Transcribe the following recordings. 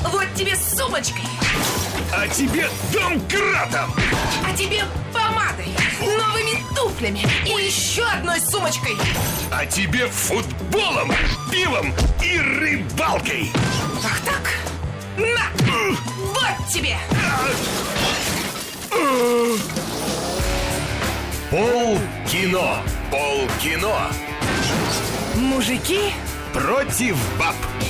Вот тебе с сумочкой. А тебе домкратом. А тебе помадой, новыми туфлями и еще одной сумочкой. А тебе футболом, пивом и рыбалкой. Ах так? На! Вот тебе! Полкино. Полкино. Мужики Против баб.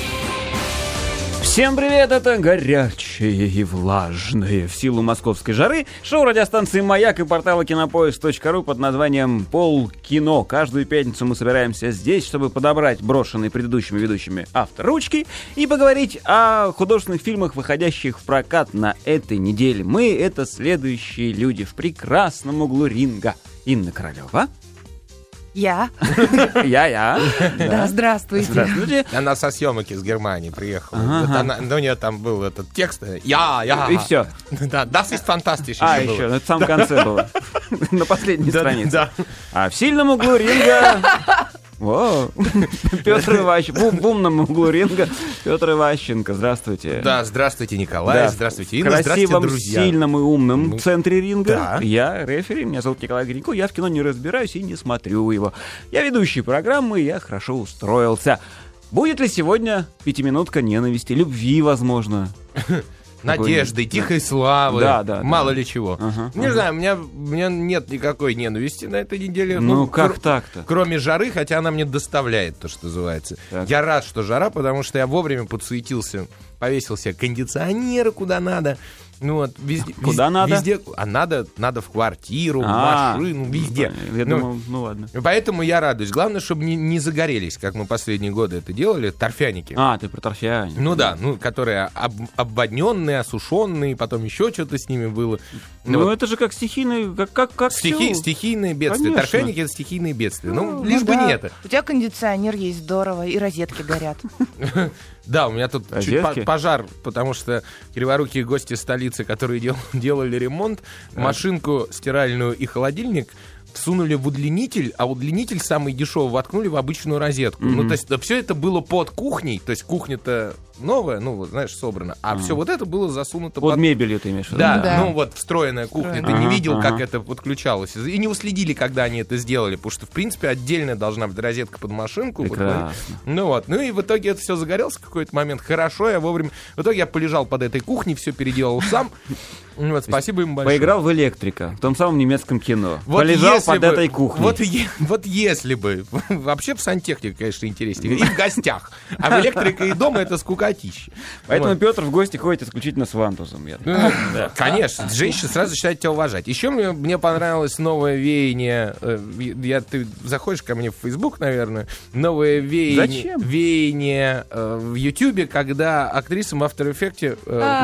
Всем привет, это горячее и влажное в силу московской жары шоу радиостанции «Маяк» и портала кинопоиск.ру под названием «Полкино». Каждую пятницу мы собираемся здесь, чтобы подобрать брошенные предыдущими ведущими авторучки и поговорить о художественных фильмах, выходящих в прокат на этой неделе. Мы — это следующие люди в прекрасном углу ринга. Инна Королева. Я. Я. Да, здравствуйте. Здравствуйте. Она со съемок из Германии приехала. У нее там был этот текст. Я. И все. Да, das ist fantastisch. Еще, это в самом конце было. На последней странице. Да. А в сильном углу ринга... Петр Иващенко. В умном углу ринга Петр Иващенко. Здравствуйте. Да, здравствуйте, Николай. Да. Здравствуйте, Инна. В красивом, Здравствуйте, друзья. сильном и умном центре ринга. Да. Я рефери, меня зовут Николай Гринько. Я в кино не разбираюсь и не смотрю его. Я ведущий программы, я хорошо устроился. Будет ли сегодня пятиминутка ненависти, любви, возможно? Надежды, тихой славы. Да. Мало ли чего. Не знаю, у меня нет никакой ненависти на этой неделе. Ну, как так-то? Кроме жары, хотя она мне доставляет то, что называется. Так. Я рад, что жара, потому что я вовремя подсуетился, повесил себе кондиционеры куда надо. Ну вот, везде. Куда надо? Везде. А надо в квартиру, в машину, везде. Я думал, ну ладно. Поэтому я радуюсь. Главное, чтобы не загорелись, как мы последние годы это делали, торфяники. Ты про торфяники. Ну да, которые обводненные, осушенные, потом еще что-то с ними было. Это же как стихийные, как стихийные бедствия. Конечно. Торфяники — это стихийные бедствия. Лишь бы не это. У тебя кондиционер есть, здорово, и розетки горят. Да, у меня тут чуть пожар, потому что криворукие гости столицы, которые делали ремонт, машинку стиральную и холодильник всунули в удлинитель, а удлинитель самый дешевый воткнули в обычную розетку. То есть все это было под кухней, то есть кухня-то новая, собрана, а все вот это было засунуто под мебелью, ты имеешь в виду? Да, встроенная кухня. Ты не видел, как это подключалось. И не уследили, когда они это сделали, потому что, в принципе, отдельная должна быть розетка под машинку. Прекрасно. И в итоге это все загорелось в какой-то момент. Хорошо, я вовремя... В итоге я полежал под этой кухней, все переделал сам. Спасибо им большое. Поиграл в «Электрика», в том самом немецком кино. Полежал под этой кухней. Вот если бы. Вообще в сантехнике, конечно, интереснее. И в гостях. А в «Электрика» и дома это скукотища. Поэтому Петр в гости ходит исключительно с вантузом. Конечно. Женщины сразу начинают тебя уважать. Еще мне понравилось новое веяние. Ты заходишь ко мне в Facebook, наверное. Новое веяние. Зачем? Веяние в Ютубе, когда актрисам в After Effects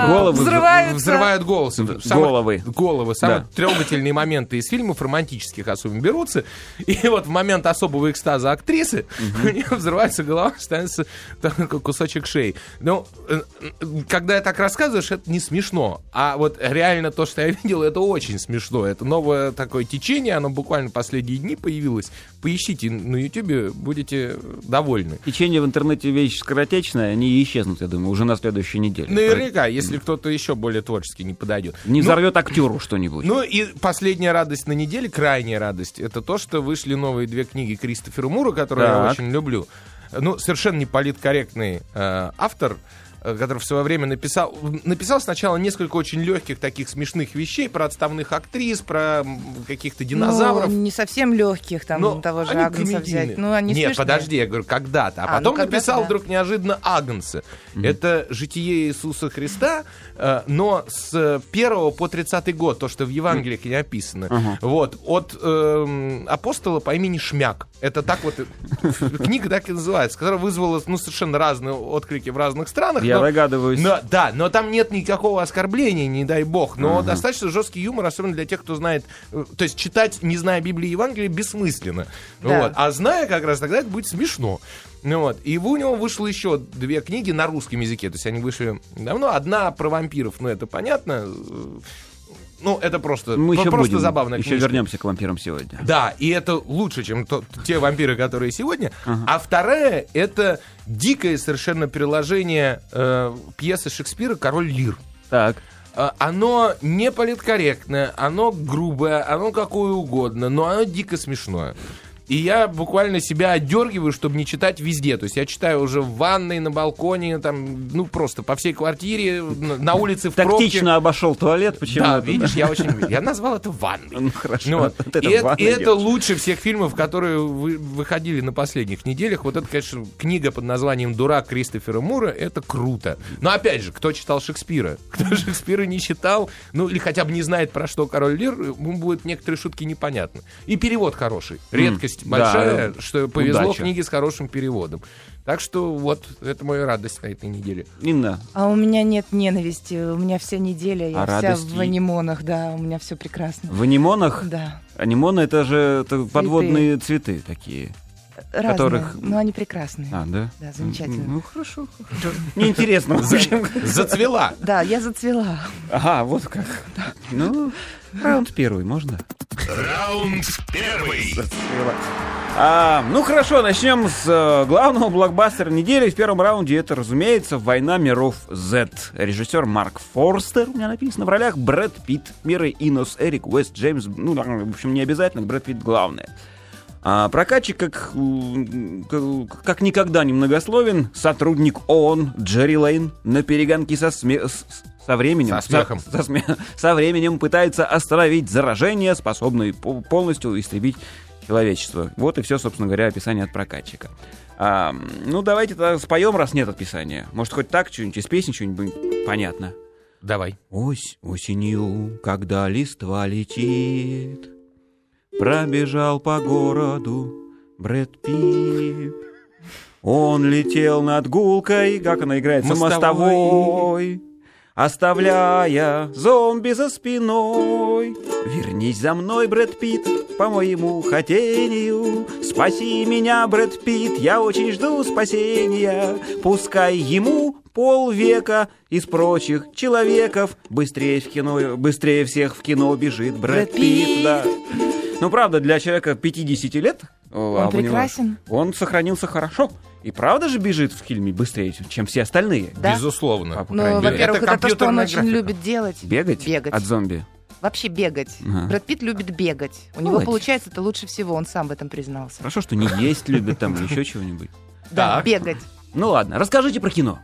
взрывают голосы. Головы. Самые трогательные моменты из фильмов романтических особенно берутся. И вот в момент особого экстаза актрисы у нее взрывается голова, становится кусочек шеи. Но когда я так рассказываешь, это не смешно. А вот реально то, что я видел, это очень смешно. Это новое такое течение, оно буквально последние дни появилось. Поищите на Ютубе, будете довольны. Течение в интернете вещь скоротечная, они исчезнут, я думаю, уже на следующей неделе. Наверняка, если кто-то еще более творческий не подойдет. Не взорвет актеру что-нибудь. И последняя радость на неделе, крайняя радость, это то, что вышли новые 2 книги Кристофера Мура, которые я очень люблю. Совершенно не политкорректный автор, который в свое время написал сначала несколько очень легких таких смешных вещей про отставных актрис, про каких-то динозавров. Не совсем легких, того же Агнца взять. Они Нет, смешные. подожди, я говорю, когда-то. А потом написал вдруг неожиданно Агнца. Это житие Иисуса Христа, но с 1 по 30 год, то, что в Евангелиях не описано. От апостола по имени Шмяк. Это так вот, книга так и называется, которая вызвала совершенно разные отклики в разных странах. Я догадываюсь. Но там нет никакого оскорбления, не дай бог. Но достаточно жесткий юмор, особенно для тех, кто знает... То есть читать, не зная Библии и Евангелия, бессмысленно. Да. А зная как раз, тогда это будет смешно. И у него вышло еще 2 книги на русском языке. То есть они вышли давно. Одна про вампиров, это понятно. Ну, это просто, мы еще просто будем, забавно. Еще вернемся к вампирам сегодня. Да, и это лучше, чем те вампиры, которые сегодня. А вторая — это дикое совершенно переложение пьесы Шекспира «Король Лир». Так. Оно не политкорректное, оно грубое, оно какое угодно, но оно дико смешное. И я буквально себя отдергиваю, чтобы не читать везде. То есть я читаю уже в ванной, на балконе, там, ну, просто по всей квартире, на улице, в пробке. Тактично обошел туалет, почему? Да, видишь, я назвал это ванной. Ну, хорошо. Ну, вот. Вот и это лучше всех фильмов, которые выходили на последних неделях. Вот это, конечно, книга под названием «Дурак» Кристофера Мура. Это круто. Но, опять же, кто читал Шекспира? Кто Шекспира не читал, ну, или хотя бы не знает, про что «Король Лир», ему будут некоторые шутки непонятны. И перевод хороший. Редкость большая, что повезло удача. книге с хорошим переводом. Так что вот, это моя радость на этой неделе. Инна. А у меня нет ненависти, у меня вся неделя, я вся радости? в анимонах, да, у меня все прекрасно. В анимонах? Да. Анимоны — это же подводные цветы такие. Разные, которых... но они прекрасные. А, да? Да, замечательно. Ну, хорошо. Неинтересно. Зацвела. Да, я зацвела. Ага, вот как. Ну, раунд первый, можно? Раунд первый. Ну хорошо, начнем с главного блокбастера недели. В первом раунде это, разумеется, «Война миров Z». Режиссер Марк Форстер, у меня написано, в ролях Брэд Питт, Мира Инос, Эрик Уэст, Джеймс... Ну, в общем, не обязательно, Брэд Питт главное. Прокатчик как никогда немногословен. Сотрудник ООН Джерри Лейн на перегонки со временем пытается остановить заражение, способное полностью истребить человечество. Вот и все, собственно говоря, описание от прокатчика. Ну, давайте тогда споем, раз нет описания. Может, хоть так, что-нибудь из песни, что-нибудь понятно. Давай. Осенью, когда листва летит, пробежал по городу Брэд Питт. Он летел над гулкой, как она играется, мостовой, оставляя зомби за спиной. Вернись за мной, Брэд Питт, по моему хотению. Спаси меня, Брэд Питт, я очень жду спасения. Пускай ему полвека из прочих человеков быстрее всех в кино бежит Брэд Питт. Да. Ну, правда, для человека 50 лет он прекрасен. Он сохранился хорошо. И правда же бежит в фильме быстрее, чем все остальные? Да? Безусловно. Ну, во-первых, это то, что он очень любит делать. Бегать? От зомби? Вообще бегать. Ага. Брэд Питт любит бегать. У него получается это лучше всего, он сам в этом признался. Хорошо, что не есть любит там, еще чего-нибудь. Да, бегать. Ну ладно, расскажите про кино.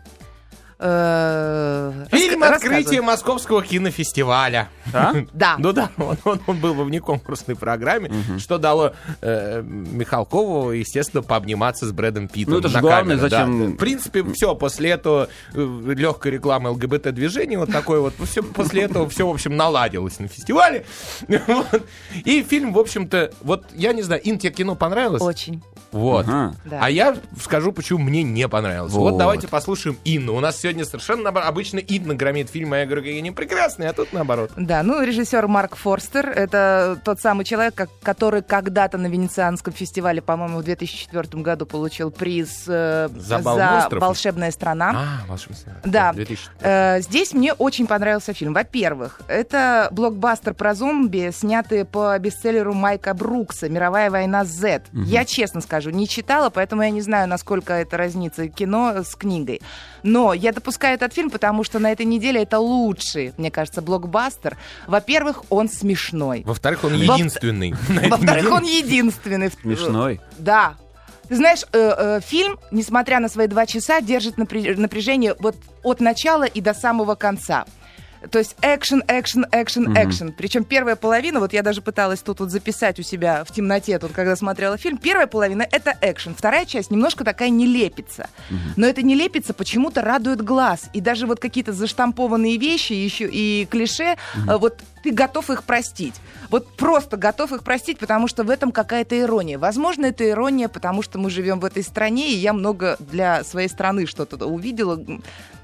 Фильм «Открытие Московского кинофестиваля». Да. Ну да, он был во внеконкурсной программе, что дало Михалкову, естественно, пообниматься с Брэдом Питтом. Ну это же главное, зачем... В принципе, все, после этого легкой рекламы ЛГБТ-движения, вот такое вот, после этого все, в общем, наладилось на фестивале. И фильм, в общем-то, вот, я не знаю, Ин, тебе кино понравилось? Очень. Вот. Ага. Да. А я скажу, почему мне не понравилось. Вот давайте послушаем Инну. У нас сегодня совершенно обычно Инна громит фильм «Моя героиня прекрасная», а тут наоборот. Да, ну, режиссер Марк Форстер — это тот самый человек, который когда-то на Венецианском фестивале, по-моему, в 2004 году получил приз за «Волшебная страна». «Волшебная страна». Да. Здесь мне очень понравился фильм. Во-первых, это блокбастер про зомби, снятый по бестселлеру Майка Брукса «Мировая война Z». Я честно скажу, не читала, поэтому я не знаю, насколько это разнится кино с книгой. Но я допускаю этот фильм, потому что на этой неделе это лучший, мне кажется, блокбастер. Во-первых, он смешной. Во-вторых, он единственный. Во-вторых, он единственный. Смешной? Да. Ты знаешь, фильм, несмотря на свои 2 часа, держит напряжение вот от начала и до самого конца. То есть экшен. Причем первая половина, вот я даже пыталась тут вот записать у себя в темноте, тут, когда смотрела фильм, первая половина — это экшен, вторая часть немножко такая нелепица. Но эта нелепица почему-то радует глаз. И даже вот какие-то заштампованные вещи еще и клише, вот ты готов их простить. Вот просто готов их простить, потому что в этом какая-то ирония. Возможно, это ирония, потому что мы живем в этой стране, и я много для своей страны что-то увидела.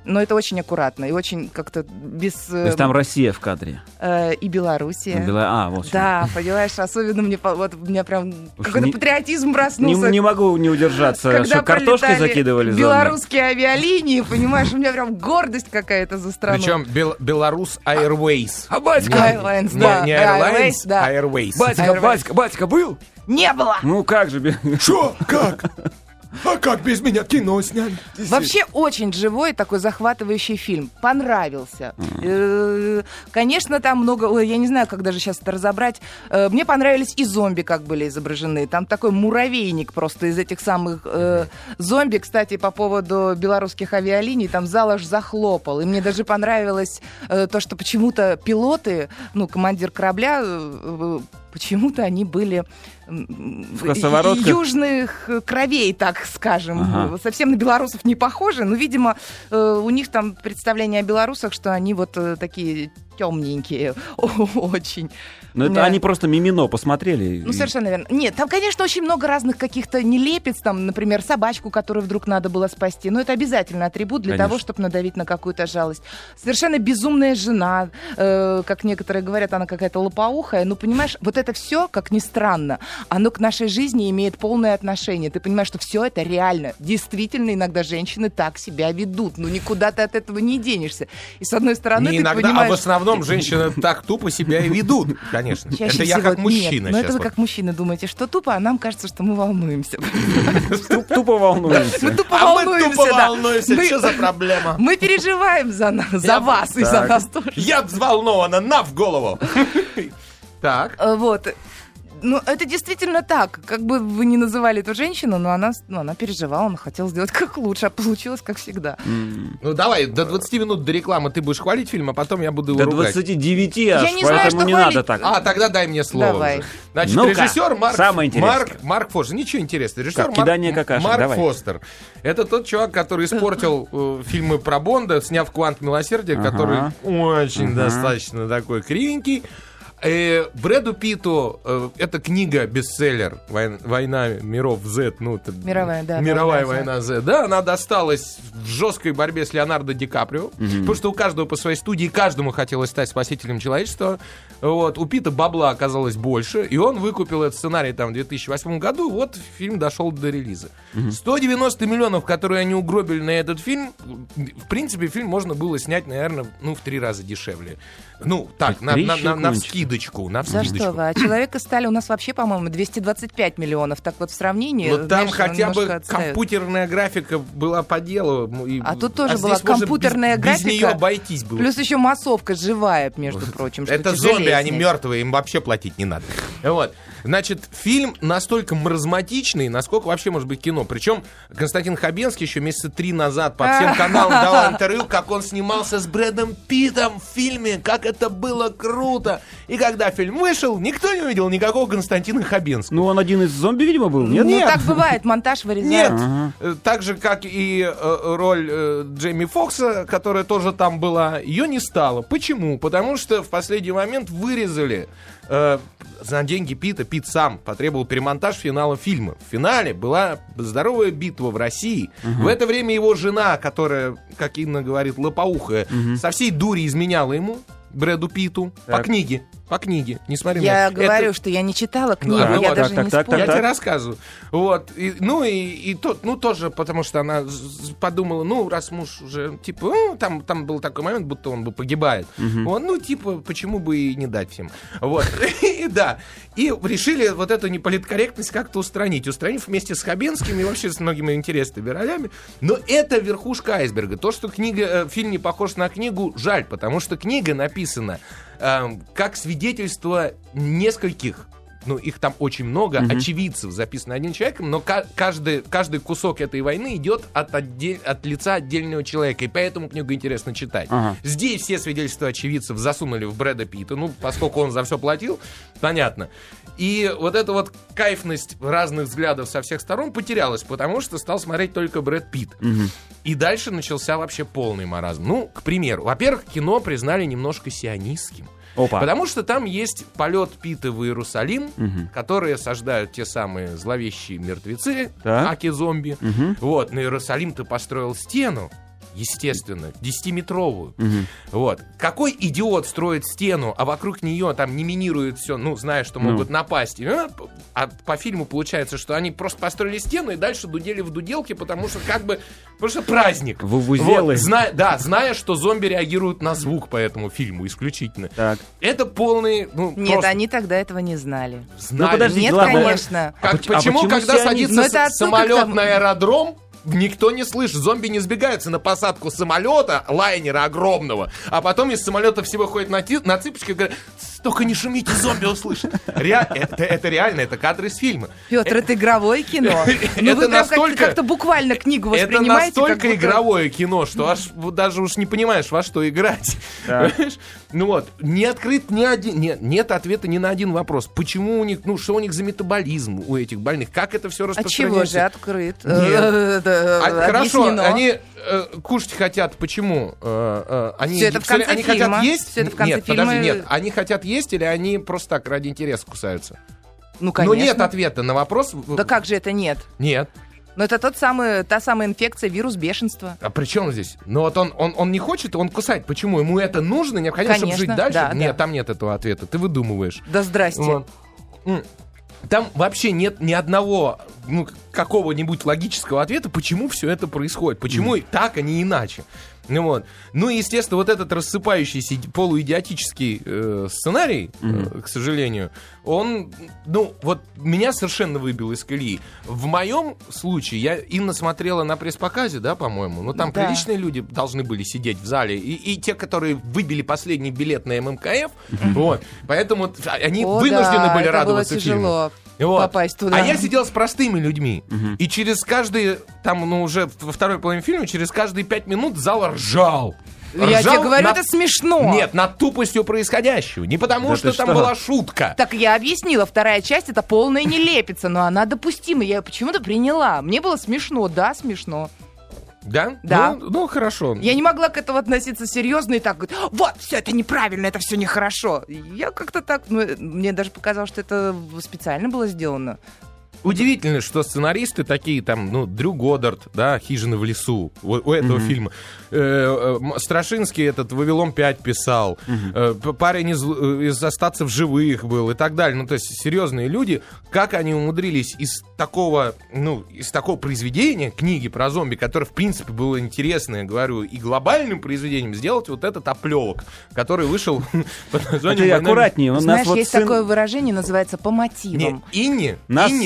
Но это очень аккуратно и очень как-то без... То есть там Россия в кадре? И Белоруссия. Вот да, понимаешь, особенно мне вот у меня прям какой-то патриотизм проснулся. Не могу не удержаться, когда что картошкой закидывали в белорусские авиалинии, понимаешь, у меня прям гордость какая-то за страну. Причем Беларусь Airways. А батька? Airlines, Не Airlines, а Airways. Батька был? Не было! Ну как же? Что? Как? А как без меня кино сняли? Вообще очень живой такой захватывающий фильм. Понравился. Конечно, там много... Я не знаю, как даже сейчас это разобрать. Мне понравились и зомби, как были изображены. Там такой муравейник просто из этих самых зомби. Кстати, по поводу белорусских авиалиний, там зал аж захлопал. И мне даже понравилось то, что почему-то пилоты, командир корабля... Почему-то они были южных кровей, так скажем. Ага. Совсем на белорусов не похожи. Но, видимо, у них там представление о белорусах, что они вот такие темненькие очень. Но это они просто мимино посмотрели. Совершенно верно. Нет, там, конечно, очень много разных каких-то нелепиц. Там, например, собачку, которую вдруг надо было спасти. Но это обязательно атрибут для того, чтобы надавить на какую-то жалость. Совершенно безумная жена. Как некоторые говорят, она какая-то лопоухая. Понимаешь, вот это все, как ни странно, оно к нашей жизни имеет полное отношение. Ты понимаешь, что все это реально. Действительно, иногда женщины так себя ведут. Никуда ты от этого не денешься. И с одной стороны, не ты иногда, понимаешь... а в основном женщины так тупо себя и ведут. Конечно. Чаще это я всего как мужчина. Нет, это вы как мужчина думаете, что тупо, а нам кажется, что мы волнуемся. Тупо волнуемся. Мы тупо волнуемся. Что за проблема? Мы переживаем за вас и за нас тоже. Я взволнована, в голову. Так. Вот. Это действительно так. Как бы вы ни называли эту женщину, но она переживала, она хотела сделать как лучше, а получилось как всегда. Давай, до 20 минут до рекламы ты будешь хвалить фильм, а потом я буду его ругать. До 29 аж, я не знаю, поэтому что не хвалить. надо так. Тогда дай мне слово. Давай. Значит, режиссер Марк Фостер. Ничего интересного. Режиссер Марк Фостер. Это тот чувак, который испортил фильмы про Бонда, сняв «Квант милосердия», который очень достаточно такой кривенький. Брэду Питту это книга-бестселлер «Война миров Z». Мировая война Z. Да, она досталась в жесткой борьбе с Леонардо Ди Каприо, потому что у каждого по своей студии, каждому хотелось стать спасителем человечества. У Питта бабла оказалось больше, и он выкупил этот сценарий в 2008 году. Вот фильм дошел до релиза. 190 миллионов, которые они угробили на этот фильм, в принципе, фильм можно было снять, наверное, в 3 раза дешевле. На вскидочку. За что вы? А «Человек из стали» у нас вообще, по-моему, 225 миллионов. Так вот, в сравнении... Там хотя бы компьютерная графика была по делу. А тут тоже была компьютерная графика. Без нее обойтись было. Плюс еще массовка живая, между прочим. Это зомби, они мертвые, им вообще платить не надо. Значит, фильм настолько маразматичный, насколько вообще может быть кино. Причем Константин Хабенский еще месяца 3 назад по всем каналам дал интервью, как он снимался с Брэдом Питтом в фильме, как это было круто. И когда фильм вышел, никто не увидел никакого Константина Хабенского. Он один из зомби, видимо, был, нет? Нет. Так бывает, монтаж вырезают. Нет. Так же, как и роль Джейми Фокса, которая тоже там была, ее не стало. Почему? Потому что в последний момент вырезали за деньги Питта. Питт сам потребовал перемонтаж финала фильма. В финале была здоровая битва в России. В это время его жена, которая, как Инна говорит, лопоухая, со всей дури изменяла ему, Брэду Питту, по книге. Не смотри я говорю, что я не читала книгу, я даже не спорю. Я тебе рассказываю. Тоже, потому что она подумала, раз муж уже, там был такой момент, будто он бы погибает. Почему бы и не дать всем. И решили вот эту неполиткорректность как-то устранить. Устранив вместе с Хабенским и вообще с многими интересными ролями. Но это верхушка айсберга. То, что фильм не похож на книгу, жаль, потому что книга написана как свидетельство нескольких, их там очень много, очевидцев, записано одним человеком, но каждый кусок этой войны идет от лица отдельного человека, и поэтому книгу интересно читать. Здесь все свидетельства очевидцев засунули в Брэда Питта, поскольку он за все платил, понятно. И вот эта вот кайфность разных взглядов со всех сторон потерялась, потому что стал смотреть только Брэд Питт. И дальше начался вообще полный маразм. К примеру, во-первых, кино признали немножко сионистским. Потому что там есть полет Питта в Иерусалим, которые осаждают те самые зловещие мертвецы, аки-зомби. На Иерусалим-то построил стену естественно, 10-метровую. Вот. Какой идиот строит стену, а вокруг нее там не минирует все, ну, зная, что могут напасть. А по фильму получается, что они просто построили стену и дальше дудели в дуделке, потому что потому что праздник. Вувузелы. Вот, зная, что зомби реагируют на звук по этому фильму исключительно. Так. Это полный... Нет, просто... они тогда этого не знали. Знали. Подожди, нет, ладно. конечно. Почему, когда садится самолет на аэродром, никто не слышит, зомби не сбегаются на посадку самолета, лайнера огромного, а потом из самолета все выходят на цыпочки и говорят: только не шумите, зомби услышат. Это реально, это кадры из фильма. Петр, это игровое кино. Ну вы прям как-то буквально книгу воспринимаете. Это настолько игровое кино, что аж даже уж не понимаешь, во что играть. Ну вот, не открыт ни один, нет ответа ни на один вопрос. Почему у них, что у них за метаболизм у этих больных? Как это все распространяется? А чего же открыт? Хорошо, они кушать хотят. Почему? Они все это в конце они фильма. Хотят есть? Все это в конце фильма. Подожди, нет. Они хотят есть или они просто так ради интереса кусаются? Ну, конечно. Но нет ответа на вопрос. Да как же это нет? Нет. Но это та самая инфекция, вирус бешенства. А при чем здесь? Ну вот он не хочет, он кусает. Почему? Ему это нужно, необходимо, конечно, чтобы жить дальше? Да, нет, там нет этого ответа. Ты выдумываешь. Да здрасте. Вот. Там вообще нет ни одного какого-нибудь логического ответа, почему все это происходит, почему так, а не иначе. Ну и, естественно, вот этот рассыпающийся полуидиотический сценарий, к сожалению, он, меня совершенно выбил из колеи. В моем случае, Инна смотрела на пресс-показе, да, по-моему, там приличные люди должны были сидеть в зале, и те, которые выбили последний билет на ММКФ, поэтому они вынуждены были радоваться фильму. Попасть туда. А я сидел с простыми людьми. И через каждые, уже во второй половине фильма, через каждые 5 минут зал ржал. Я тебе говорю, это смешно. Нет, над тупостью происходящего. Не потому, что там была шутка. Так я объяснила, вторая часть — это полная нелепица, но она допустима. Я ее почему-то приняла. Мне было смешно, да, смешно. Да? Да. Ну, хорошо. Я не могла к этому относиться серьезно и так говорить: вот, все это неправильно, это все нехорошо. Я как-то так, мне даже показалось, что это специально было сделано. Удивительно, что сценаристы такие, Дрю Годдард, да, «Хижина в лесу», у этого фильма. Страшинский этот «Вавилон 5» писал. Парень из «Остаться в живых» был и так далее. То есть серьезные люди, как они умудрились из такого произведения, книги про зомби, которое, в принципе, было интересно, я говорю, и глобальным произведением, сделать вот этот оплевок, который вышел под названием «Война». Аккуратнее. Знаешь, есть такое выражение, называется «по мотивам». Инне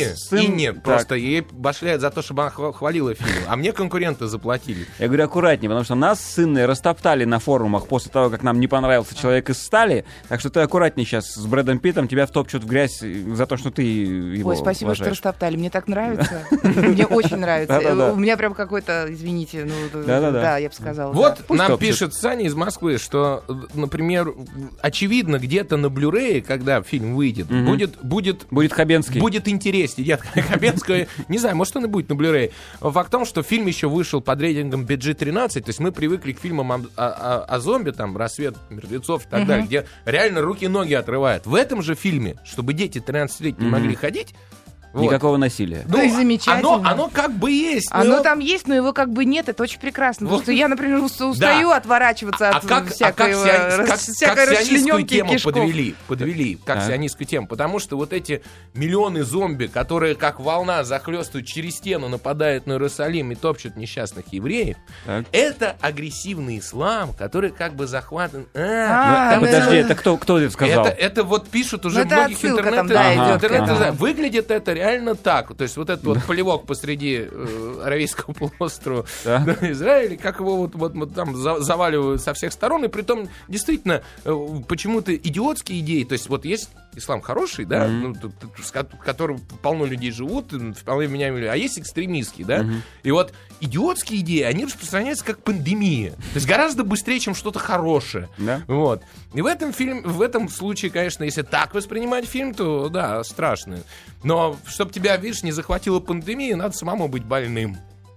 просто ей башляют за то, чтобы она хвалила фильм, а мне конкуренты заплатили. Я говорю аккуратнее, потому что нас с Инной растоптали на форумах после того, как нам не понравился «Человек из стали», так что ты аккуратнее сейчас с Брэдом Питтом, тебя втопчут в грязь за то, что ты его спасибо, уважаешь. что растоптали, мне так нравится. Мне очень нравится. У меня прям какой-то, извините, да, я бы сказала. Вот нам пишет Саня из Москвы, что, например, очевидно, где-то на Blu-ray, когда фильм выйдет, будет Хабенский. Будет интереснее. Нет, Хабенского, не знаю, может, он и будет на Blu-ray. Факт в том, что фильм еще вышел под рейтингом PG-13, то есть мы привыкли к фильмам о зомби, «Рассвет мертвецов» и так далее, где реально руки-ноги отрывают. В этом же фильме, чтобы дети 13 лет не могли ходить, никакого насилия. И замечательно. Оно как бы есть. Оно там есть, но его как бы нет. Это очень прекрасно. Потому что я, например, устаю отворачиваться от всякой расчлененки и кишков. Подвели как сионистскую тему. Потому что вот эти миллионы зомби, которые как волна захлестывают через стену, нападают на Иерусалим и топчут несчастных евреев, это агрессивный ислам, который как бы захватывает... Подожди, это кто это сказал? Это вот пишут уже многих интернетах. Выглядит это реально так. То есть вот этот вот полевок посреди Аравийского полуострова Израиля, как его вот там заваливают со всех сторон, и притом действительно почему-то идиотские идеи. То есть вот есть ислам хороший, да, в котором полно людей живут, вполне вменяемые, а есть экстремистские, да, и вот идиотские идеи, они распространяются как пандемия. То есть гораздо быстрее, чем что-то хорошее. Вот. И в этом случае, конечно, если так воспринимать фильм, то да, страшно. Но чтобы тебя, видишь, не захватила пандемия, надо самому быть больным.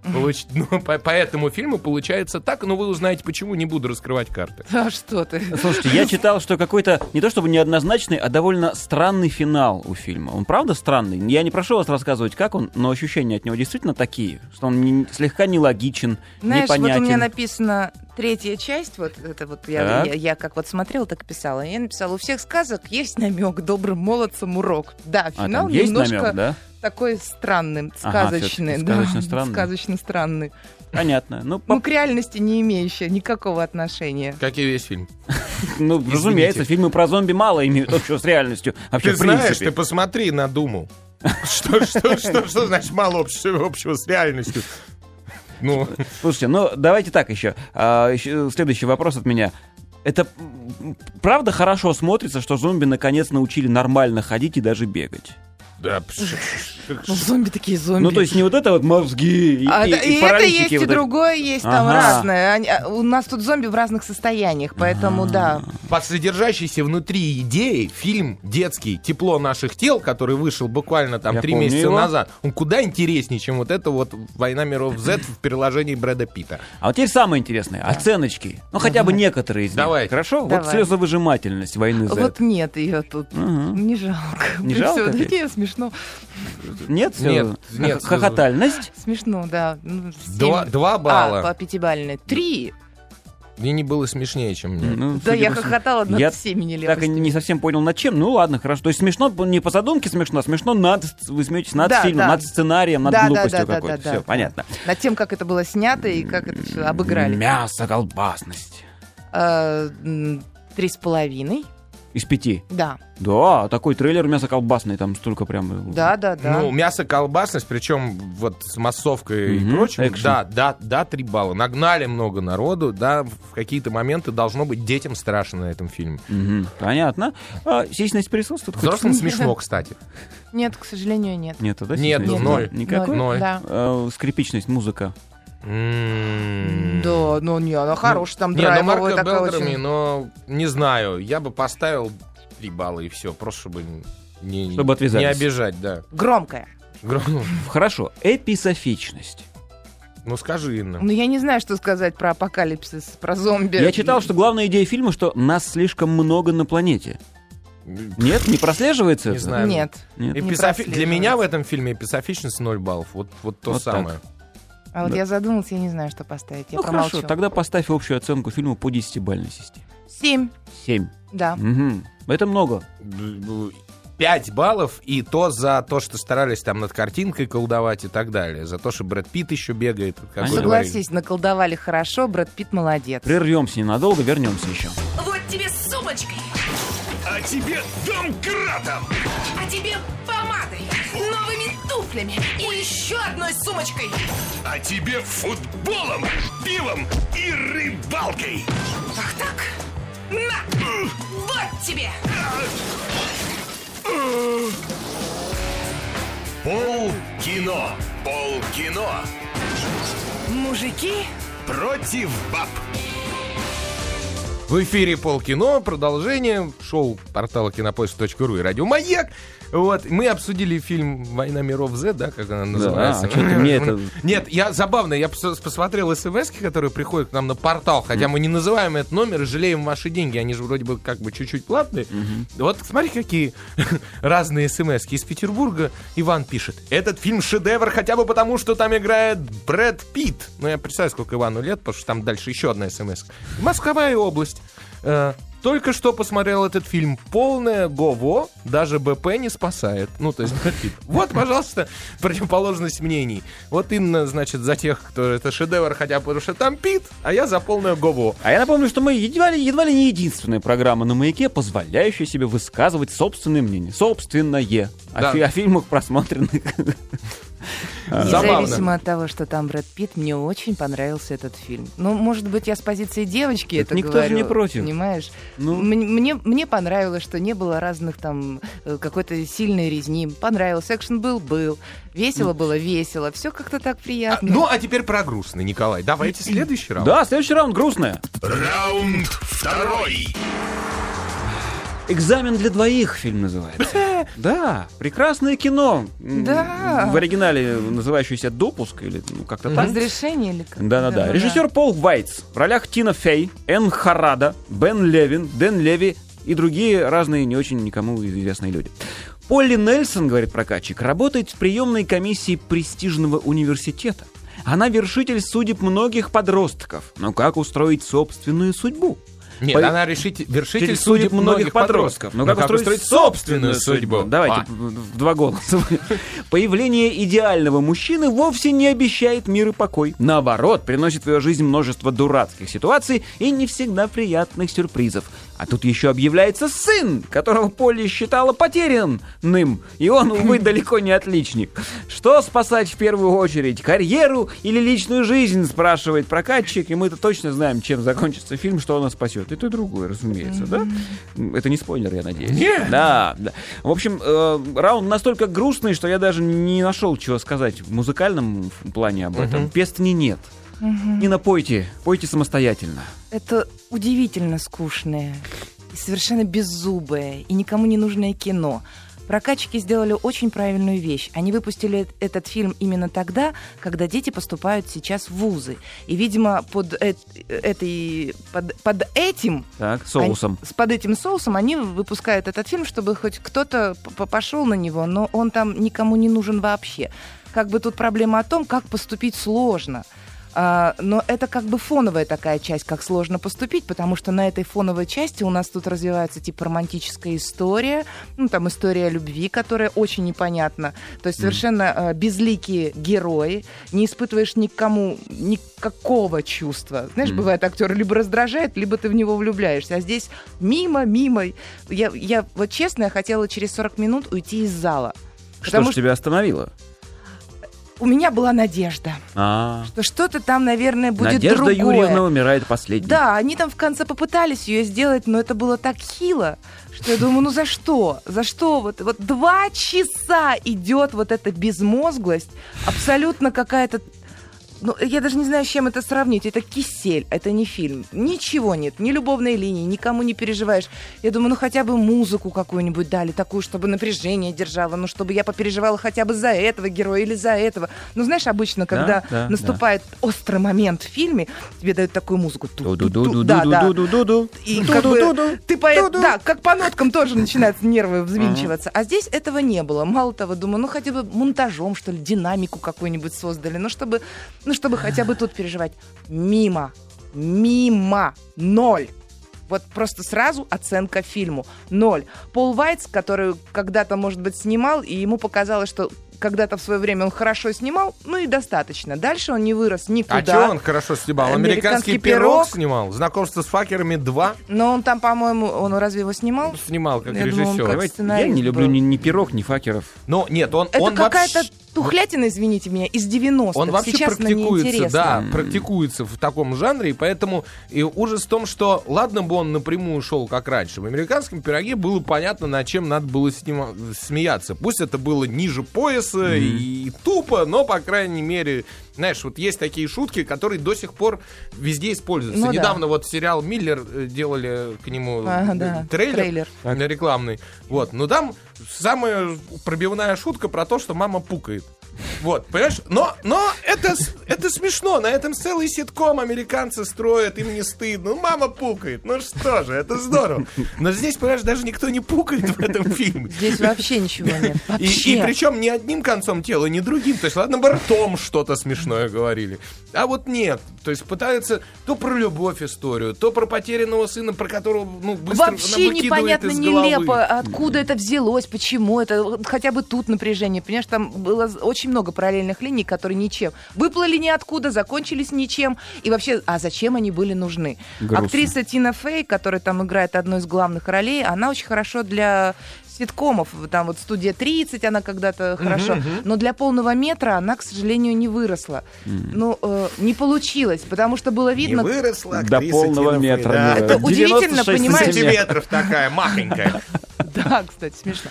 По этому фильму получается так, но вы узнаете, почему, не буду раскрывать карты. А что ты? Слушайте, я читал, что какой-то, не то чтобы неоднозначный, а довольно странный финал у фильма. Он правда странный? Я не прошу вас рассказывать, как он, но ощущения от него действительно такие, что он слегка нелогичен, знаешь, непонятен. Вот у меня написано 3-я часть, вот это вот я как вот смотрела, так и писала. Я написала, у всех сказок есть намек, добрым молодцам урок. Да, финал немножко намек, да? Такой странный, сказочный. Сказочно странный. Понятно. Ну, к реальности не имеющий никакого отношения. Как и весь фильм. Ну, разумеется, фильмы про зомби мало имеют общего с реальностью. Ты знаешь, ты посмотри на Думу. Что значит мало общего с реальностью? Ну. Слушайте, давайте так еще. Следующий вопрос от меня. Это правда хорошо смотрится, что зомби наконец научили нормально ходить и даже бегать? Да. Зомби такие зомби. Ну, то есть не вот это вот мозги и паралитики. Это есть, и другое есть, там разное. У нас тут зомби в разных состояниях, поэтому да. Под содержащейся внутри идеей фильм детский «Тепло наших тел», который вышел буквально там 3 месяца назад, он куда интереснее, чем вот это вот «Война миров Z» в переложении Брэда Питта. А вот теперь самое интересное. Оценочки. Ну, хотя бы некоторые из них. Давай. Хорошо? Вот слезовыжимательность «Войны Z». Вот нет ее тут. Не жалко. Не жалко? Да смешно. Нет? Хохотальность? Смешно, да. 2 балла. По 5-бальной. 3. Мне не было смешнее, чем мне. Да, я хохотала над всеми нелепостями. Так и не совсем понял, над чем. Ну ладно, хорошо. То есть смешно не по задумке смешно, а смешно вы смеетесь над фильмом, над сценарием, над глупостью какой-то. Все, понятно. Над тем, как это было снято и как это все обыграли. Мясо, колбасность. 3,5. Из 5? Да. Да, такой трейлер мясо-колбасный, там столько прям... Да. Ну, мясо-колбасность, причем вот с массовкой и прочим. Экшен. Да, 3 балла. Нагнали много народу, да, в какие-то моменты должно быть детям страшно на этом фильме. Понятно. Сисьность присутствует? Взрослым смешно, кстати. Нет, к сожалению, нет. Нет, да? Нет, 0. Никакой? 0. Да. Скрипичность, музыка. Да, ну не, она хорошая, там драйвовая такая очень. Но не знаю, я бы поставил 3 балла и все, просто чтобы не обижать, да. Громкая. Хорошо, эписофичность. Ну скажи, Инна. Ну я не знаю, что сказать про апокалипсис, про зомби. Я читал, что главная идея фильма, что нас слишком много на планете. Нет, не прослеживается это? Не знаю. Нет. Для меня в этом фильме эписофичность 0 баллов, вот то самое. А вот я задумалась, я не знаю, что поставить. Я промолчу. Хорошо, тогда поставь общую оценку фильму по 10-бальной системе. 7. 7. Да. Это много. 5 баллов, и то за то, что старались там над картинкой колдовать и так далее. За то, что Брэд Питт еще бегает. Согласись, наколдовали хорошо, Брэд Питт молодец. Прервемся ненадолго, вернемся еще. Вот тебе сумочкой. А тебе домкратом. А тебе помадой. Новыми туфлями. И еще одной сумочкой. А тебе футболом, пивом и рыбалкой. Ах так? На! Вот тебе! Полкино. Полкино. Мужики против баб. В эфире «Полкино», продолжение шоу портала кинопоиск.ру и радио «Маяк». Вот, мы обсудили фильм «Война миров Z», да, как она называется. Нет, забавно, я посмотрел смс-ки, которые приходят к нам на портал, хотя мы не называем этот номер и жалеем ваши деньги, они же вроде бы как бы чуть-чуть платные. Вот смотри, какие разные смс-ки. Из Петербурга Иван пишет: этот фильм шедевр хотя бы потому, что там играет Брэд Питт. Ну, я представляю, сколько Ивану лет, потому что там дальше еще одна смс. Московская область. Только что посмотрел этот фильм. Полное гово, даже БП не спасает. Ну, то есть, вот, пожалуйста, противоположность мнений. Вот Инна, значит, за тех, кто это шедевр, хотя бы потому что там Питт, а я за полное гово. А я напомню, что мы едва ли не единственная программа на «Маяке», позволяющая себе высказывать собственное мнение. Собственное. Да. О фильмах просмотренных. Независимо от того, что там Брэд Питт, мне очень понравился этот фильм. Ну, может быть, я с позиции девочки это никто говорю. Никто же не против. Понимаешь? Мне понравилось, что не было разных там какой-то сильной резни. Понравилось. Экшен был. Весело было. Все как-то так приятно. Ну, а теперь про грустный, Николай. Давайте следующий раунд. Да, следующий раунд грустный. Раунд 2. «Экзамен для двоих» фильм называется. Да, прекрасное кино. Да. В оригинале называющееся «Допуск» или как-то так. Разрешение или как? Да. Режиссер Пол Вайтс. В ролях Тина Фей, Энн Харрада, Бен Левин, Дэн Леви и другие разные не очень никому известные люди. Полли Нельсон, говорит прокатчик, работает в приемной комиссии престижного университета. Она вершитель судеб многих подростков. Но как устроить собственную судьбу? Нет, она вершитель судеб многих подростков. Но как устроить собственную судьбу? Давайте в два голоса. Появление идеального мужчины вовсе не обещает мир и покой. Наоборот, приносит в ее жизнь множество дурацких ситуаций и не всегда приятных сюрпризов. А тут еще объявляется сын, которого Полли считала потерянным. И он, увы, далеко не отличник. Что спасать в первую очередь? Карьеру или личную жизнь, спрашивает прокатчик. И мы-то точно знаем, чем закончится фильм, что она спасет. И то, и другое, разумеется, да? Это не спойлер, я надеюсь. Нет. Да. В общем, раунд настолько грустный, что я даже не нашел, чего сказать в музыкальном плане об этом. Песни нет. Не напойте, пойте самостоятельно. Это удивительно скучное и совершенно беззубое и никому не нужное кино. Прокатчики сделали очень правильную вещь. Они выпустили этот фильм именно тогда, когда дети поступают сейчас в вузы. И, видимо, под этим... Так, соусом. Под этим соусом они выпускают этот фильм, чтобы хоть кто-то пошел на него, но он там никому не нужен вообще. Как бы тут проблема о том, как поступить сложно. Но это как бы фоновая такая часть, как сложно поступить, потому что на этой фоновой части у нас тут развивается типа романтическая история, там история любви, которая очень непонятна. То есть совершенно безликие герои, не испытываешь никакого чувства. Знаешь, бывает, актер либо раздражает, либо ты в него влюбляешься. А здесь мимо. Я вот честно, я хотела через 40 минут уйти из зала. Что ж тебя остановило? У меня была надежда, что что-то там, наверное, будет Надежда другое. Надежда Юрьевна умирает последней. Да, они там в конце попытались ее сделать, но это было так хило, что я думаю, за что? За что? Вот 2 часа идет вот эта безмозглость, абсолютно какая-то... я даже не знаю, с чем это сравнить. Это кисель, это не фильм. Ничего нет, ни любовной линии, никому не переживаешь. Я думаю, хотя бы музыку какую-нибудь дали, такую, чтобы напряжение держало, чтобы я попереживала хотя бы за этого героя или за этого. Знаешь, обычно, когда наступает острый момент в фильме, тебе дают такую музыку. И как бы ты как по ноткам тоже начинают нервы взвинчиваться. А здесь этого не было. Мало того, думаю, хотя бы монтажом, что ли, динамику какую-нибудь создали, чтобы хотя бы тут переживать. Мимо. 0. Вот просто сразу оценка фильму. 0. Пол Вайтс, который когда-то, может быть, снимал, и ему показалось, что когда-то в свое время он хорошо снимал, и достаточно. Дальше он не вырос никуда. А что он хорошо снимал? Американский пирог снимал? Знакомство с факерами 2? Но он там, по-моему, он разве его снимал? Снимал как режиссер. Я не люблю ни пирог, ни факеров. Но нет, он какая-то тухлятина, извините меня, из 90-х. Он вообще сейчас практикуется в таком жанре, и поэтому и ужас в том, что ладно бы он напрямую шел, как раньше. В «Американском пироге» было понятно, над чем надо было смеяться. Пусть это было ниже пояса и тупо, но, по крайней мере, знаешь, вот есть такие шутки, которые до сих пор везде используются. Недавно вот сериал «Миллер» делали к нему трейлер рекламный. Там самая пробивная шутка про то, что мама пукает. Вот, понимаешь? Но это смешно. На этом целый ситком американцы строят, им не стыдно. Мама пукает. Что же, это здорово. Но здесь, понимаешь, даже никто не пукает в этом фильме. Здесь вообще ничего нет. И причем ни одним концом тела, ни другим. То есть, ладно бы ртом что-то смешное говорили. А вот нет. То есть пытаются то про любовь историю, то про потерянного сына, про которого быстро вообще непонятно, нелепо, откуда это взялось, почему это. Хотя бы тут напряжение. Понимаешь, там было очень много параллельных линий, которые ничем. Выплыли ниоткуда, закончились ничем. И вообще, зачем они были нужны? Грустно. Актриса Тина Фей, которая там играет одну из главных ролей, она очень хорошо для ситкомов. Там вот «Студия 30», она когда-то хорошо. Но для полного метра она, к сожалению, не выросла. Не получилось, потому что было видно... Не выросла актриса до полного метра. Это удивительно, понимаешь? Сантиметров такая, махонькая. Да, кстати, смешно.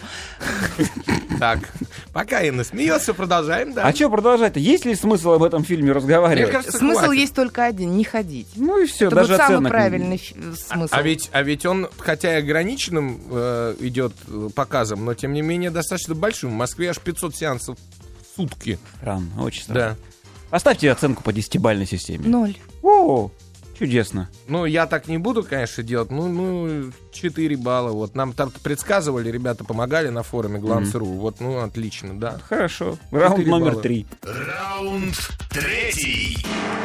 Так, пока Инна смеется, продолжаем, да. А что продолжать-то? Есть ли смысл об этом фильме разговаривать? Мне кажется, Смысл хватит. есть только один — не ходить. Ну и все, Это даже будет самый оценок. правильный смысл. А ведь он, хотя и ограниченным идет показом, но тем не менее достаточно большим. В Москве аж 500 сеансов в сутки. Странно, очень странно. Да. Поставьте оценку по 10-бальной системе. 0. О, чудесно. Ну, я так не буду, конечно, делать. Ну, 4 балла. Вот нам там предсказывали, ребята помогали на форуме Glance.ru. Вот, ну, отлично, да. Хорошо. Раунд 4 номер балла. 3. Раунд третий.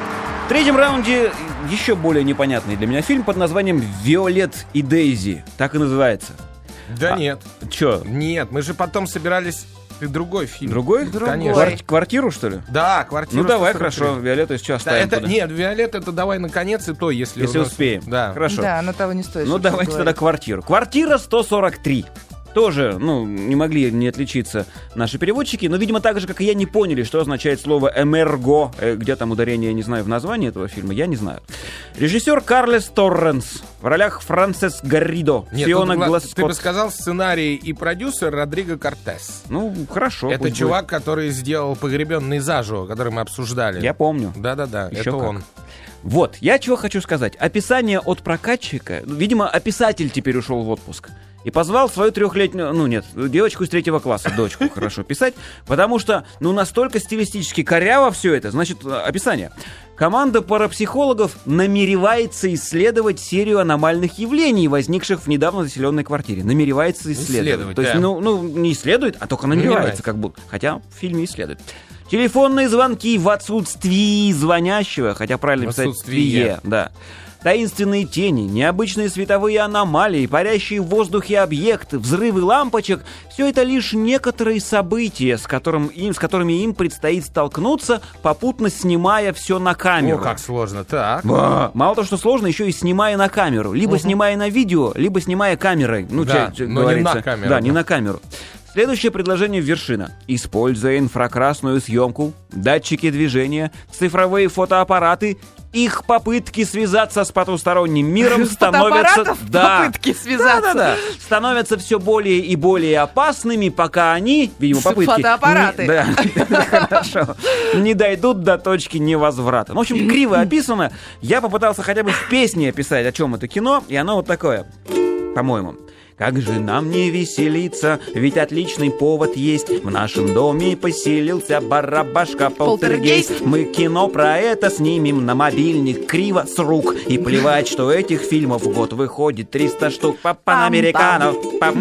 В третьем раунде еще более непонятный для меня фильм под названием «Виолет и Дейзи». Так и называется. Да нет. Че? Нет, мы же потом собирались... Ты другой фильм. Другой? Конечно. Квартиру, что ли? Да, «Квартира». Ну давай, 143. хорошо. Виолетту сейчас Да, ставим это, туда. нет, «Виолет» это давай наконец, и то, если Если у нас- успеем. Да. Хорошо. Да, оно того не стоит. Ну чтобы давайте говорить. тогда «Квартиру». «Квартира 143». Тоже, не могли не отличиться наши переводчики, но, видимо, так же, как и я, не поняли, что означает слово «эмерго». Где там ударение, я не знаю, в названии этого фильма, я не знаю. Режиссер Карлес Торренс. В ролях Франсес Гарридо, Нет, Фиона тут, Гласскотт. ты бы сказал сценарий и продюсер Родриго Кортес. Ну, хорошо. Это пусть чувак, который сделал «Погребенный заживо», который мы обсуждали. будет. Я помню. Да-да-да, Еще это как. он. Вот, я чего хочу сказать. Описание от прокатчика. Видимо, описатель теперь ушел в отпуск. И позвал свою 3-летнюю, девочку из 3 класса, дочку, хорошо писать, потому что, настолько стилистически коряво все это. Значит, описание. Команда парапсихологов намеревается исследовать серию аномальных явлений, возникших в недавно заселенной квартире. Намеревается исследовать. То есть, да. не исследует, а только намеревается, как будто. Хотя в фильме исследует. Телефонные звонки в отсутствии звонящего, хотя правильно писать «твие», да. Таинственные тени, необычные световые аномалии, парящие в воздухе объекты, взрывы лампочек — все это лишь некоторые события, с которыми им предстоит столкнуться, попутно снимая все на камеру. О, как сложно. Так. Мало того, что сложно, еще и снимая на камеру. Либо снимая на видео, либо снимая камерой. Да, но не на камеру. Да, не на камеру. Следующее предложение вершина. Используя инфракрасную съемку, датчики движения, цифровые фотоаппараты, их попытки связаться с потусторонним миром становятся... попытки связаться. Да. Становятся все более и более опасными, пока они, видимо, попытки... Фотоаппараты. Да, хорошо. Не дойдут до точки невозврата. В общем, криво описано. Я попытался хотя бы в песне описать, о чем это кино, и оно вот такое, по-моему. Как же нам не веселиться, ведь отличный повод есть. В нашем доме поселился барабашка-полтергейст. Мы кино про это снимем на мобильник криво с рук. И плевать, что этих фильмов в год выходит 300 штук. Папа-американов.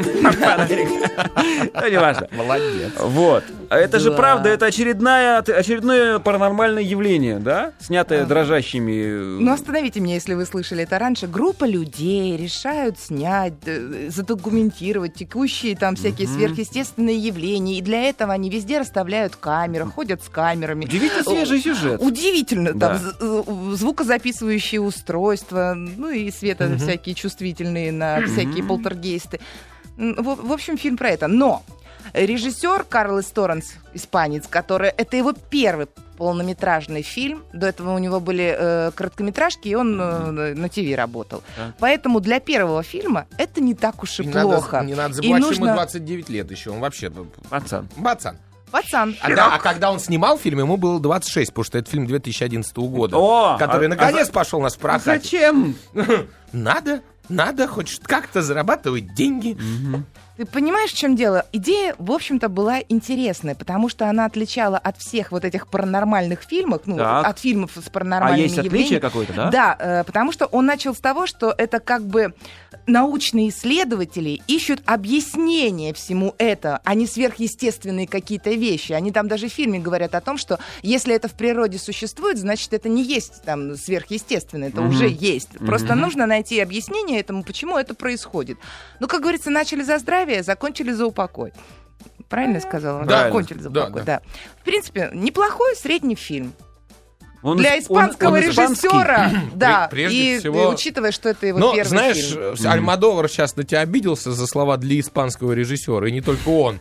Ну, не важно. Молодец. Вот. А это же правда, это очередное паранормальное явление, да? Снятое дрожащими... Ну, остановите меня, если вы слышали это раньше. Группа людей решают снять, задокументировать текущие там всякие сверхъестественные явления. И для этого они везде расставляют камеры, ходят с камерами. Удивительно свежий сюжет. Удивительно. Да. Там звукозаписывающие устройства, ну и света всякие чувствительные на всякие полтергейсты. В общем, фильм про это. Но режиссер Карлес Торренс, испанец, который... Это его первый полнометражный фильм. До этого у него были короткометражки, и он на ТВ работал. Поэтому для первого фильма это не так уж и плохо. Не надо И забывать, что нужно- ему 29 лет еще. Он вообще... Пацан. Пацан. А когда он снимал фильм, ему было 26, потому что это фильм 2011 года, О, который наконец пошел нас в прокате. Зачем? Надо хоть как-то зарабатывать деньги. Ты понимаешь, в чем дело? Идея, в общем-то, была интересная, потому что она отличала от всех вот этих паранормальных фильмов, Так. от фильмов с паранормальными А есть отличие явлениями. какое-то, да? Да, потому что он начал с того, что это как бы научные исследователи ищут объяснение всему это, а не сверхъестественные какие-то вещи. Они там даже в фильме говорят о том, что если это в природе существует, значит, это не есть там сверхъестественное, это уже есть. Просто нужно найти объяснение этому, почему это происходит. Ну, как говорится, начали за здравие, закончили за упокой. Правильно я сказала? Да, Закончили за упокой, да. да. В принципе, неплохой средний фильм. Для испанского режиссера, да, прежде всего... и учитывая, что это его первый фильм. Знаешь, Альмодовар сейчас на тебя обиделся за слова «для испанского режиссера», и не только он.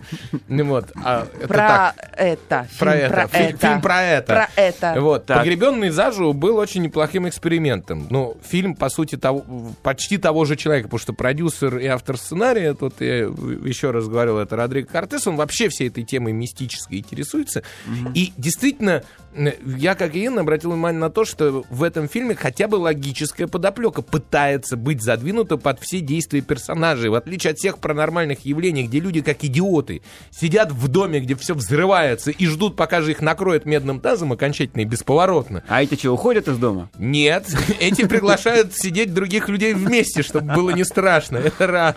Фильм про это. «Погребенный заживо» был очень неплохим экспериментом. Ну, фильм, по сути, почти того же человека, потому что продюсер и автор сценария, тут я еще раз говорил, это Родриго Кортес, он вообще всей этой темой мистической интересуется. И действительно, я, как и Инна, обратил внимание на то, что в этом фильме хотя бы логическая подоплека пытается быть задвинута под все действия персонажей. В отличие от всех паранормальных явлений, где люди, как идиоты, сидят в доме, где все взрывается, и ждут, пока же их накроет медным тазом окончательно и бесповоротно. А эти что, уходят из дома? Нет, эти приглашают сидеть других людей вместе, чтобы было не страшно. Это раз.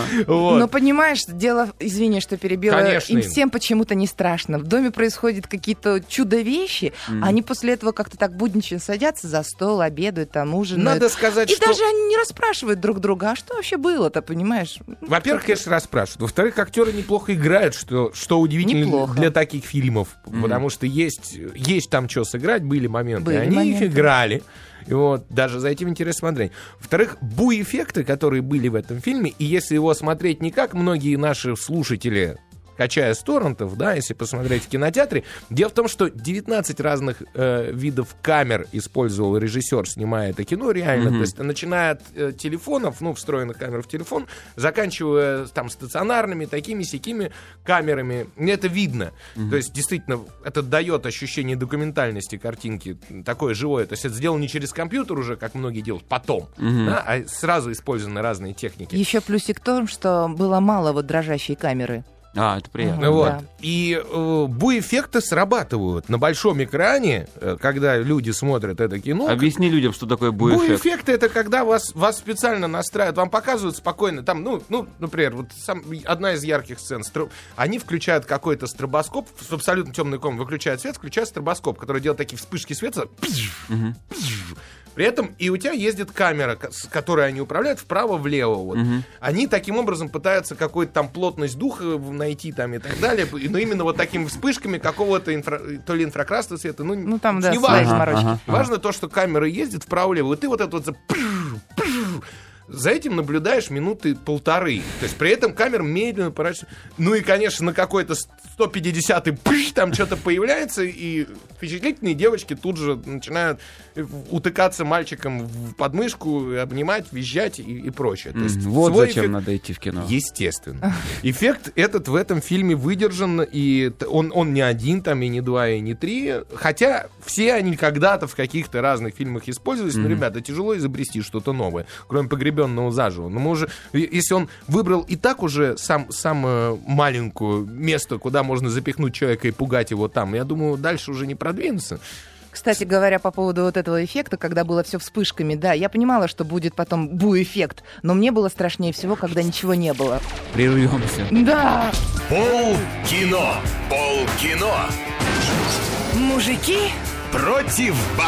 Но понимаешь, дело, извини, что перебила, им всем почему-то не страшно. В доме происходят какие-то чудо-вещи, они после этого как-то так буднично садятся за стол, обедают, там ужинают. Надо сказать, и даже они не расспрашивают друг друга, а что вообще было-то, понимаешь? Во-первых, конечно, расспрашивают. Во-вторых, актеры неплохо играют, что удивительно для таких фильмов. Потому что есть там что сыграть, были моменты. Они их играли. И вот, даже за этим интересно смотреть. Во-вторых, буэффекты, которые были в этом фильме, и если его смотреть не как многие наши слушатели, качая с торрентов, да, если посмотреть в кинотеатре. Дело в том, что 19 разных видов камер использовал режиссер, снимая это кино, реально. То есть, начиная от телефонов, встроенных камер в телефон, заканчивая там стационарными, такими-сякими камерами. Это видно. То есть, действительно, это дает ощущение документальности картинки, такое живое. То есть, это сделано не через компьютер уже, как многие делают, потом, да, а сразу использованы разные техники. Еще плюсик в том, что было мало вот дрожащей камеры. Это приятно. Вот. Да. И буэффекты срабатывают на большом экране, когда люди смотрят это кино. Объясни людям, что такое буэффект. Буэффекты — это когда вас специально настраивают, вам показывают спокойно, там, например, вот одна из ярких сцен, они включают какой-то стробоскоп, в абсолютно темной комнате выключают свет, включают стробоскоп, который делает такие вспышки света. При этом и у тебя ездит камера, с которой они управляют, вправо-влево. Вот. Они таким образом пытаются какую-то там плотность духа найти там и так далее. Но именно вот такими вспышками какого-то то ли инфракрасного света, там, да, не важно. Важно то, что камера ездит вправо-влево. И ты вот это вот за этим наблюдаешь минуты полторы. То есть при этом камера медленно поворачивается. Ну и, конечно, на какой-то 150-й там что-то появляется, и впечатлительные девочки тут же начинают утыкаться мальчикам в подмышку, обнимать, визжать и прочее. То есть вот зачем надо идти в кино. Естественно. Эффект этот в этом фильме выдержан, и он не один, там, и не два, и не три. Хотя все они когда-то в каких-то разных фильмах использовались. Но, ребята, тяжело изобрести что-то новое, кроме «Погребенного заживо». Но мы уже, если он выбрал и так уже самое маленькое место, куда можно запихнуть человека и пугать его там, я думаю, дальше уже не продвинуться. Кстати говоря, по поводу вот этого эффекта, когда было все вспышками, да, я понимала, что будет потом буэффект, но мне было страшнее всего, когда ничего не было. Прервемся. Да. Полкино. Полкино. Мужики против баб.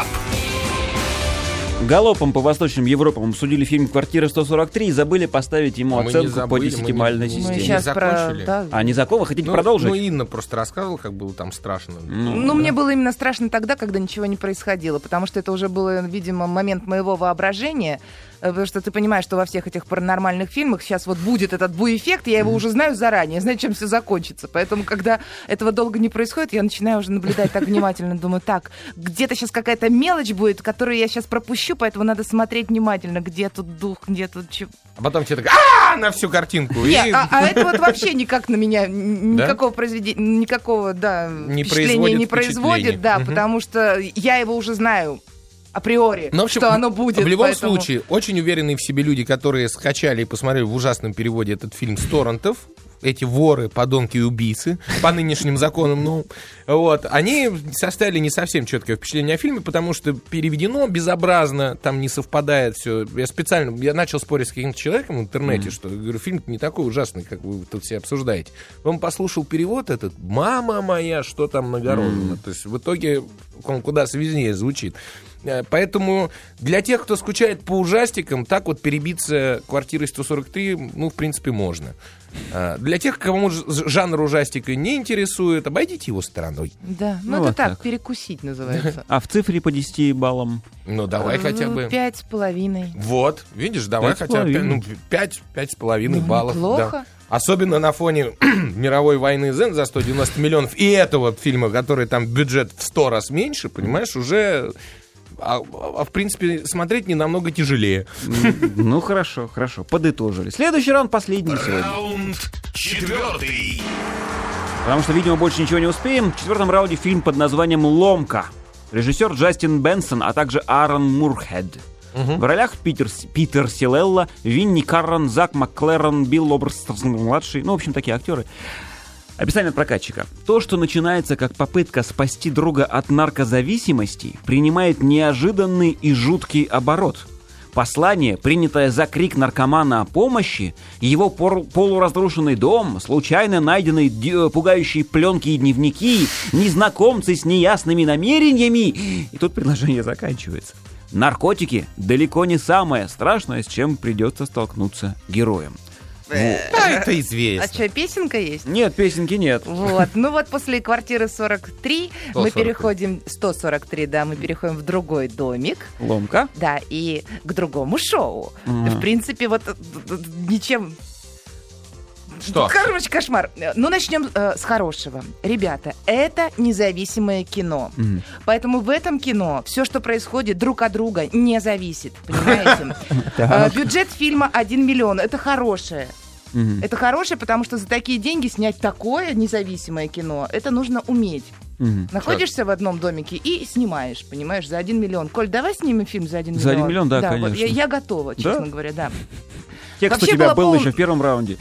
Галопом по Восточным Европам судили фильм «Квартира 143» и забыли поставить ему оценку по десятибалльной системе. Мы закончили. Вы хотите продолжить? Инна просто рассказывала, как было там страшно. Мне было именно страшно тогда, когда ничего не происходило, потому что это уже был, видимо, момент моего воображения. Потому что ты понимаешь, что во всех этих паранормальных фильмах сейчас вот будет этот буэффект, я его уже знаю заранее, знаю, чем все закончится. Поэтому, когда этого долго не происходит, я начинаю уже наблюдать так внимательно, думаю, так, где-то сейчас какая-то мелочь будет, которую я сейчас пропущу, поэтому надо смотреть внимательно, где тут дух, где тут чего. А потом тебе так, на всю картинку. Нет, а это вот вообще никак на меня, никакого произведения, никакого, впечатления не производит, да, потому что я его уже знаю априори, в общем, что оно будет. В любом случае, очень уверенные в себе люди, которые скачали и посмотрели в ужасном переводе этот фильм с торрентов, эти воры, подонки и убийцы, по нынешним законам, они составили не совсем четкое впечатление о фильме, потому что переведено безобразно, там не совпадает все. Я начал спорить с каким-то человеком в интернете, что, говорю, фильм не такой ужасный, как вы тут все обсуждаете. Он послушал перевод этот, мама моя, что там нагородано. То есть в итоге он куда связнее звучит. Поэтому для тех, кто скучает по ужастикам, так вот перебиться «Квартирой 143», ну, в принципе, можно. Для тех, кому жанр ужастика не интересует, обойдите его стороной. Да, ну это так, перекусить называется. А в цифре по 10 баллам? Ну, давай хотя бы. 5,5. Вот, видишь, давай хотя бы 5,5 баллов. Неплохо. Да. Особенно на фоне мировой войны за 190 миллионов. И этого фильма, который там бюджет в 100 раз меньше, понимаешь, уже... в принципе, смотреть не намного тяжелее. Ну, хорошо, подытожили. Следующий раунд, последний сегодня. Раунд 4. Потому что, видимо, больше ничего не успеем. В 4-м раунде фильм под названием «Ломка». Режиссер Джастин Бенсон, а также Аарон Мурхед. В ролях Питер Силелла, Винни Карран, Зак Макклерон, Билл Оберст-младший. Ну, в общем, такие актеры. Описание от прокатчика. То, что начинается как попытка спасти друга от наркозависимости, принимает неожиданный и жуткий оборот. Послание, принятое за крик наркомана о помощи, его полуразрушенный дом, случайно найденные пугающие пленки и дневники, незнакомцы с неясными намерениями. И тут предложение заканчивается. Наркотики далеко не самое страшное, с чем придется столкнуться героям. Это известно. А что, песенка есть? Нет, песенки нет. Вот. Ну вот после «Квартиры 43» мы переходим... 143, да, мы переходим в другой домик. Ломка. Да, и к другому шоу. В принципе, вот ничем... Что? Короче, кошмар. Ну, начнем с хорошего. Ребята, это независимое кино. Поэтому в этом кино все, что происходит, друг от друга не зависит. Понимаете? Бюджет фильма 1 миллион. Это хорошее. Это хорошее, потому что за такие деньги снять такое независимое кино, это нужно уметь. Находишься в одном домике и снимаешь, понимаешь, за 1 миллион. Коль, давай снимем фильм за 1 миллион. За 1 миллион, да, конечно. Вот, я готова, честно говоря, да. Текст вообще у тебя был еще в первом раунде.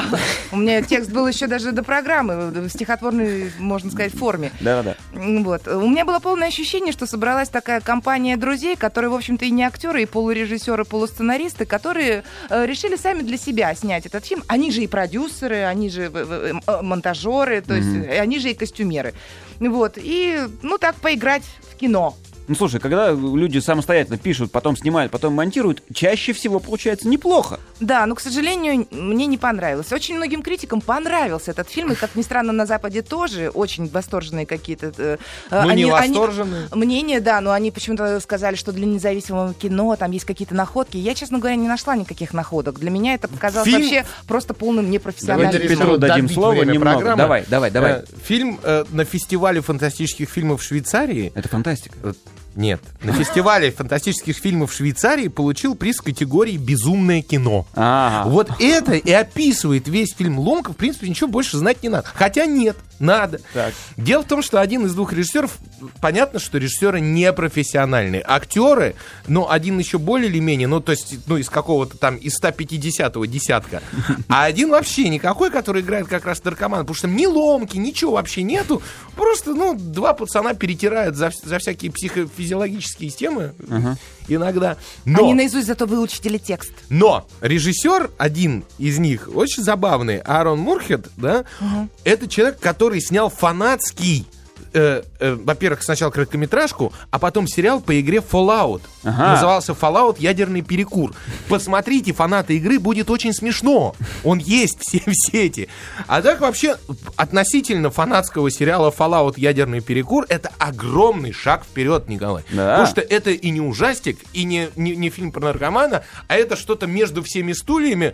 У меня текст был еще даже до программы, в стихотворной, можно сказать, форме. Да-да-да. Вот. У меня было полное ощущение, что собралась такая компания друзей, которые, в общем-то, и не актеры, и полурежиссеры, полусценаристы, которые решили сами для себя снять этот фильм. Они же и продюсеры, они же монтажеры, то есть они же и костюмеры. Вот. И, ну, так поиграть в кино. Ну, слушай, когда люди самостоятельно пишут, потом снимают, потом монтируют, чаще всего получается неплохо. Да, но, к сожалению, мне не понравилось. Очень многим критикам понравился этот фильм, и, как ни странно, на Западе тоже очень восторженные какие-то... не восторженные. Мнения, да, но они почему-то сказали, что для независимого кино там есть какие-то находки. Я, честно говоря, не нашла никаких находок. Для меня это показалось вообще просто полным непрофессионализмом. Давайте Петру дадим слово немного. Давай. Фильм на фестивале фантастических фильмов в Швейцарии... Это фантастика. Нет. На фестивале фантастических фильмов в Швейцарии получил приз в категории «Безумное кино». Вот это и описывает весь фильм «Ломка». В принципе, ничего больше знать не надо. Хотя нет, надо. Так. Дело в том, что один из двух режиссеров, понятно, что режиссеры не профессиональные. Актеры, ну, один еще более или менее, ну, то есть, ну, из какого-то там, из 150-го десятка. А один вообще никакой, который играет как раз наркоман. Потому что ни ломки, ничего вообще нету. Просто, ну, два пацана перетирают за всякие психофизиологические темы иногда. Но, они наизусть зато выучили текст. Но режиссер, один из них, очень забавный, Аарон Мурхед, да, это человек, который снял фанатский, во-первых, сначала короткометражку, а потом сериал по игре Fallout. Назывался Fallout «Ядерный перекур». Посмотрите, фанаты игры, будет очень смешно. Он есть в сети. А так вообще, относительно фанатского сериала Fallout «Ядерный перекур», это огромный шаг вперед, Николай. Да. Потому что это и не ужастик, и не фильм про наркомана, а это что-то между всеми стульями,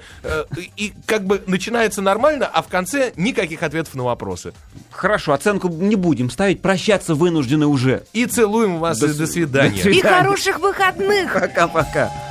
и как бы начинается нормально, а в конце никаких ответов на вопросы. Хорошо, оценку не будем ставить, прощаться вынуждены уже. И целуем вас, и до свидания. И хороших выходных. Пока-пока.